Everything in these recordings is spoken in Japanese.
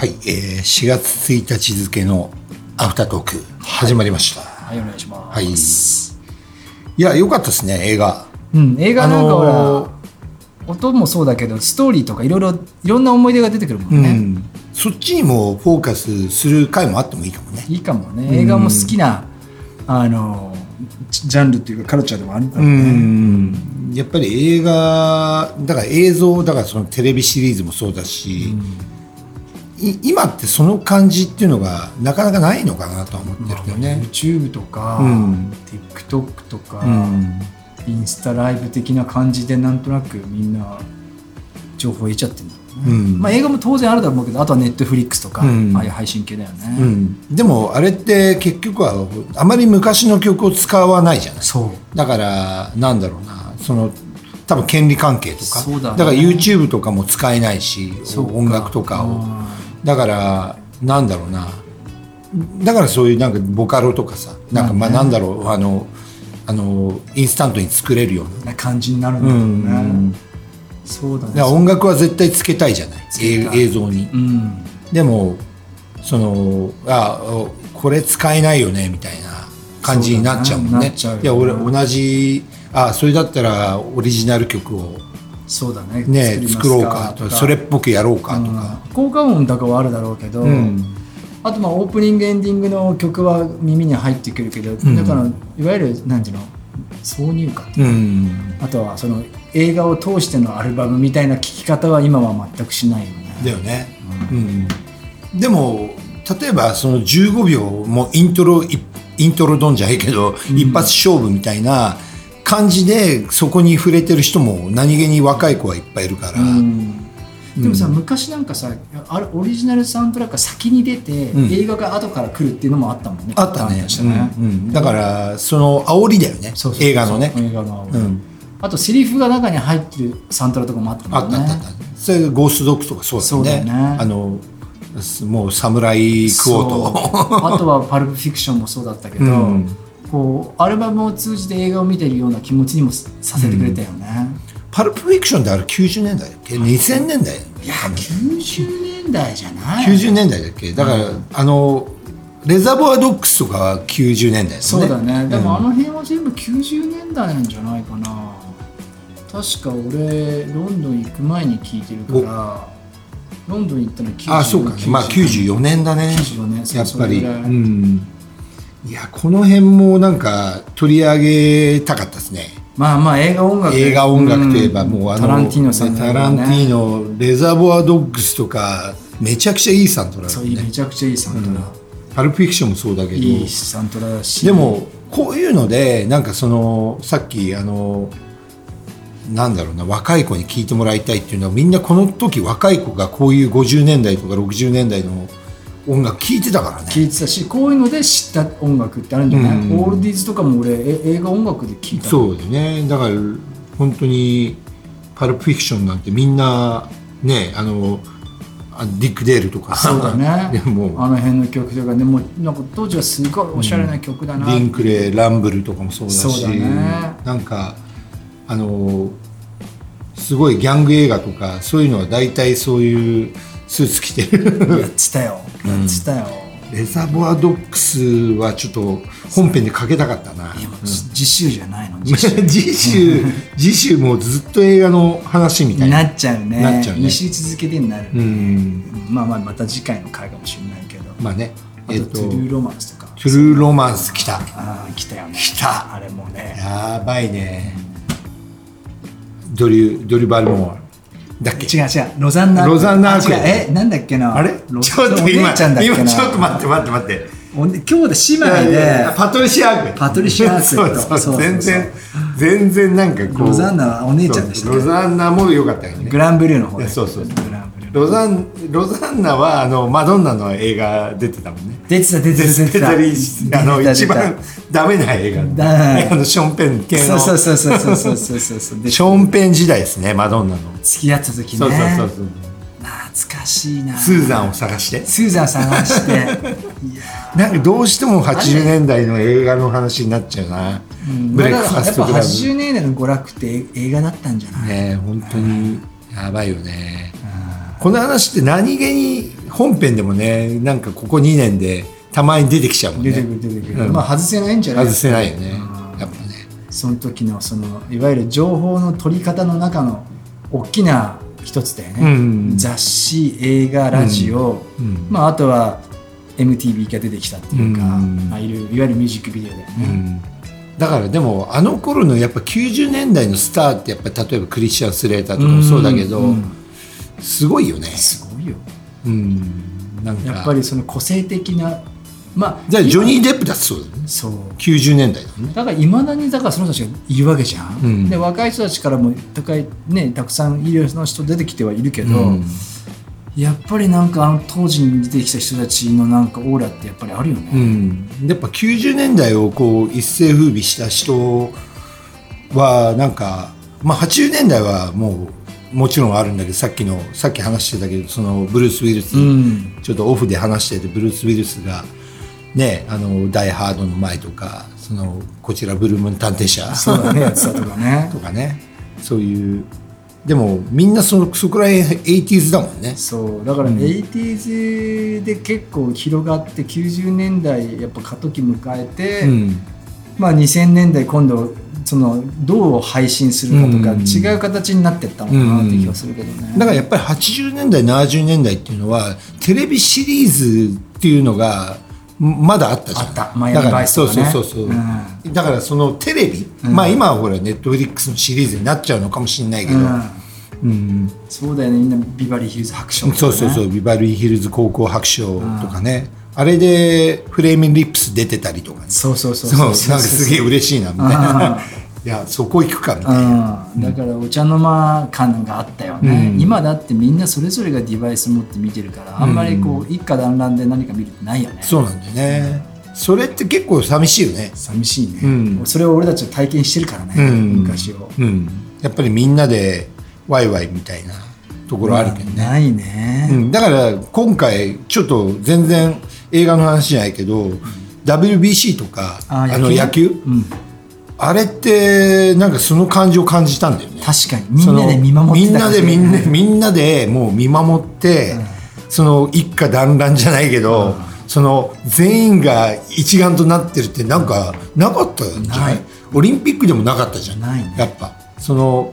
はい、4月1日付のアフタートーク始まりました。 はい、お願いします。 はい。いや、良かったですね、映画。 映画なんかほら、音もそうだけど、ストーリーとかいろんな思い出が出てくるもんね。 そっちにもフォーカスする回もあってもいいかもね。 いいかもね。映画も好きな、ジャンルっていうかカルチャーでもあるからね。 やっぱり映画だから映像だからそのテレビシリーズもそうだし、今ってその感じっていうのがなかなかないのかなとは思ってるけどね。 YouTube とか、TikTok とか、インスタライブ的な感じでなんとなくみんな情報を得ちゃってるんだろうね。まあ映画も当然あるだろうけど、あとは Netflix とか、ああいう配信系だよね。 でもあれって結局はあまり昔の曲を使わないじゃない。 そうだからなんだろうな、その多分権利関係とか、 そうだね、 だから YouTube とかも使えないし、音楽とかを、だからなんだろうな、だからそういうなんかボカロとかさ、なんかまあなんだろう、インスタントに作れるような感じになるんだろうね。そうだね。 だから音楽は絶対つけたいじゃない、映像に。でもそのこれ使えないよねみたいな感じになっちゃうもんね。いや俺同じそれだったらオリジナル曲をそうだね、 作ろうかとか、それっぽくやろうかとか、 効果音とかはあるだろうけど、あとまあオープニングエンディングの曲は耳に入ってくるけど、だからいわゆる何ていうの挿入歌っていうか、あとはその映画を通してのアルバムみたいな聴き方は今は全くしないよね。 だよね。でも例えばその15秒もイントロドンじゃないけど、一発勝負みたいな感じでそこに触れてる人も何気に若い子はいっぱいいるから。 でもさ、昔なんかさ、オリジナルサウンドトラックが先に出て、映画が後から来るっていうのもあったもんね。 あったね。だからその煽りだよね、映画のね。あとセリフが中に入ってるサントラとかもあったもんね。 あった。それゴーストドッグとかそうだよね。もうサムライクオート。 あとはパルプフィクションもそうだったけど、こうアルバムを通じて映画を見てるような気持ちにもさせてくれたよね。 パルプフィクションってあれ90年代だっけ、2000年代。 いや90年代じゃない。 90年代だっけ。だからレザボアドッグスとかは90年代だね。 そうだね。でもあの辺は全部90年代なんじゃないかな。確か俺ロンドン行く前に聞いてるから、ロンドン行ったの90 そうか、まあ94年だね。 94年、 やっぱり。いやこの辺もなんか取り上げたかったですね。 まあ映画音楽といえばもうタランティーノさん、 タランティーノ、レザボアドッグスとかめちゃくちゃいいサントラだね。 そうめちゃくちゃいいサントラ。 パルプフィクションもそうだけどいいサントラだし。 でもこういうのでなんかそのさっきなんだろうな、若い子に聞いてもらいたいっていうのは、みんなこの時若い子がこういう50年代とか60年代の音楽聴いてたからね。 聴いてたし、こういうので知った音楽ってあるんじゃない？オールディーズとかも俺映画音楽で聴いた。 そうだね。だから本当にパルプフィクションなんてみんなね、ディック・デールとかそうだね。 でもあの辺の曲とかでもなんか当時はすごいおしゃれな曲だな。 リンクレイ、ランブルとかもそうだし、 そうだね。 なんかすごいギャング映画とかそういうのは大体そういうスーツ着てる。 やってたよ。 レザボアドッグスはちょっと本編でかけたかったな。 次週じゃないの？ 次週もうずっと映画の話みたいなっちゃうね。2週続けてになる。また次回の回かもしれないけど。 まあね。 あとトゥルーロマンスとか。 トゥルーロマンス来た。 来たよね。 来た。 あれもね。 やばいね。ドリバルモアだっけ。 違うロザンナーク。なんだっけな。 あれちょっと今ちょっと待って今日で姉妹でパトリシアークそう全然なんかこうロザンナはお姉ちゃんでした。 ロザンナも良かったよね。 グランブルーの方で。 そうロザンナはマドンナの映画出てたもんね。 出てた一番ダメな映画ショーンペン系のそうショーンペン時代ですね。マドンナの付き合った時ね。 そう懐かしいな。 スーザンを探してなんかどうしても80年代の映画の話になっちゃうな。ブレックファストクラブ。 80年代の娯楽って映画だったんじゃない？ ね、本当にやばいよね。 この話って何気に本編でもね、なんかここ2年でたまに出てきちゃうもんね。 出てくる、まあ外せないんじゃない？ 外せないよね、やっぱね。 その時のそのいわゆる情報の取り方の中の大きな一つだよね、雑誌、映画、ラジオ、まあ、あとは MTV が出てきたっていうか、いわゆるミュージックビデオだよね、 だからでもあの頃のやっぱ90年代のスターってやっぱり例えばクリスチャン・スレーターとかもそうだけど、すごいよね。 すごいよ、 なんかやっぱりその個性的な、まあ、 じゃあジョニー・デップだってそうだよね。そう90年代だね。 だからいまだにだからその人たちがいるわけじゃん、で若い人たちからもたくさんいろんな人出てきてはいるけど、やっぱりなんか当時に出てきた人たちのなんかオーラってやっぱりあるよね、 やっぱ90年代をこう一世風靡した人はなんか、まあ、80年代はもちろんあるんだけど、さっき話してたけど、そのブルース・ウィルス、ちょっとオフで話してて、ブルース・ウィルスがね、ダイ・ハードの前とか、こちらブルームン探偵社そうだね、やつだとかねとかね、そういう。でもみんなそこらへん 80s だもんね。 そうだから 80s で結構広がって90年代やっぱ過渡期迎えて、まあ2000年代今度どう配信するかとか違う形になっていったのかなって気がするけどね、 だからやっぱり80年代70年代っていうのはテレビシリーズっていうのがまだあったじゃん。 あった、マイアミバイスとかね。 そう、だからそのテレビ、まあ今はほらネットフリックスのシリーズになっちゃうのかもしれないけど、 そうだよね、みんなビバリーヒルズ白書とかね。 そうビバリーヒルズ高校白書とかね、あれでフレーミングリップス出てたりとかね。 そうなんかすげえ嬉しいなみたいな。いやそこ行くかみたいな、 だからお茶の間感があったよね、今だってみんなそれぞれがデバイス持って見てるから、あんまりこう一家団らんで何か見るってないよね。 そうなんだよね、それって結構寂しいよね。 寂しいね、それを俺たちは体験してるからね、昔を、 やっぱりみんなでワイワイみたいなところあるけどね、 ないね、 だから今回ちょっと全然映画の話じゃないけど、WBC とか野球、あれってなんかその感じを感じたんだよね。 確かにみんなで見守ってたからね。 みんなでもう見守って、その一家団らんじゃないけど、その全員が一丸となってるってなんかなかったじゃない。オリンピックでもなかったじゃん、やっぱその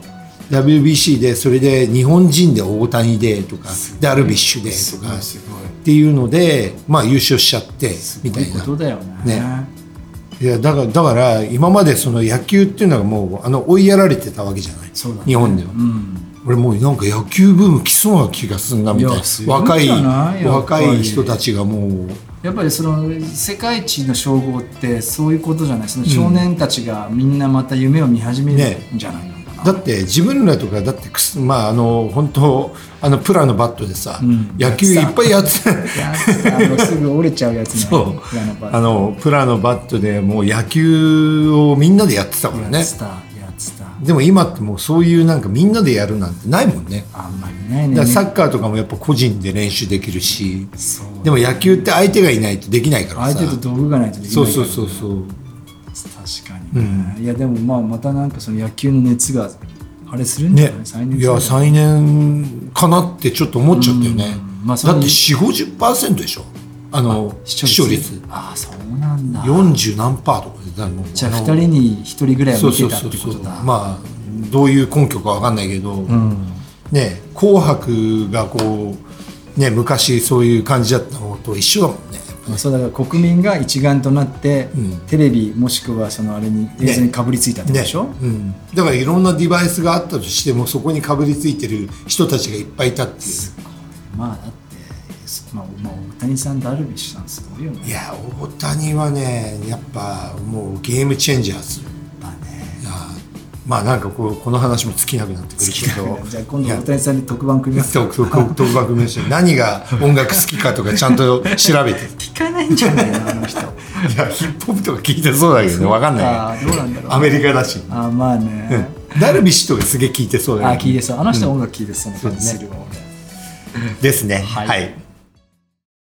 WBC でそれで日本人で大谷でとかダルビッシュでとかっていうので、まあ優勝しちゃってみたいな。 そういうことだよね。 いやだから今までその野球っていうのがもう追いやられてたわけじゃない、日本では、俺もうなんか野球ブーム来そうな気がするなみたいな。若い人たちがもうやっぱりその世界一の称号ってそういうことじゃない。その少年たちがみんなまた夢を見始めるんじゃないのかな、 だって自分らとかだってまあ本当プラのバットでさ、野球いっぱいやってたすぐ折れちゃうやつね。 そうプラのバットでもう野球をみんなでやってたからね。 やってた。 でも今ってもうそういうなんかみんなでやるなんてないもんね。 あんまりないね。 だからサッカーとかもやっぱ個人で練習できるし、でも野球って相手がいないとできないからさ。 相手と道具がないとできないから、 そう確かにね、いやでもまたなんかその野球の熱があれするんじゃない、再燃。 いや再燃かなってちょっと思っちゃったよね、だって 40-50% でしょ視聴率。 ああそうなんだ。 40何パーとかで、 じゃあ2人に1人ぐらいは見てたってことだ。 まあどういう根拠か分かんないけど、ね、紅白がこうね昔そういう感じだったのと一緒だもんね。 そうだから国民が一丸となって、テレビもしくはそのあれに映像にかぶりついたってことでしょ、 だからいろんなデバイスがあったとしてもそこにかぶりついてる人たちがいっぱいいたっていう。 まあだって、大谷さんダルビッシュさんすごいよね。 いや大谷はねやっぱもうゲームチェンジャーズ。まあなんかこの話も尽きなくなってくるけどじゃあ今度大谷さんに特番組みます。 特番組みましょう。何が音楽好きかとかちゃんと調べて聞かないんじゃないのあの人。いやヒップホップとか聞いてそうだけどね、分かんないけど。 どうなんだろう。 アメリカだし。 まあね、 ダルビッシュとかすげえ聞いてそうだけど。 聞いてそう。あの人は音楽聞いてそうな感じするわ、 ですね。はい。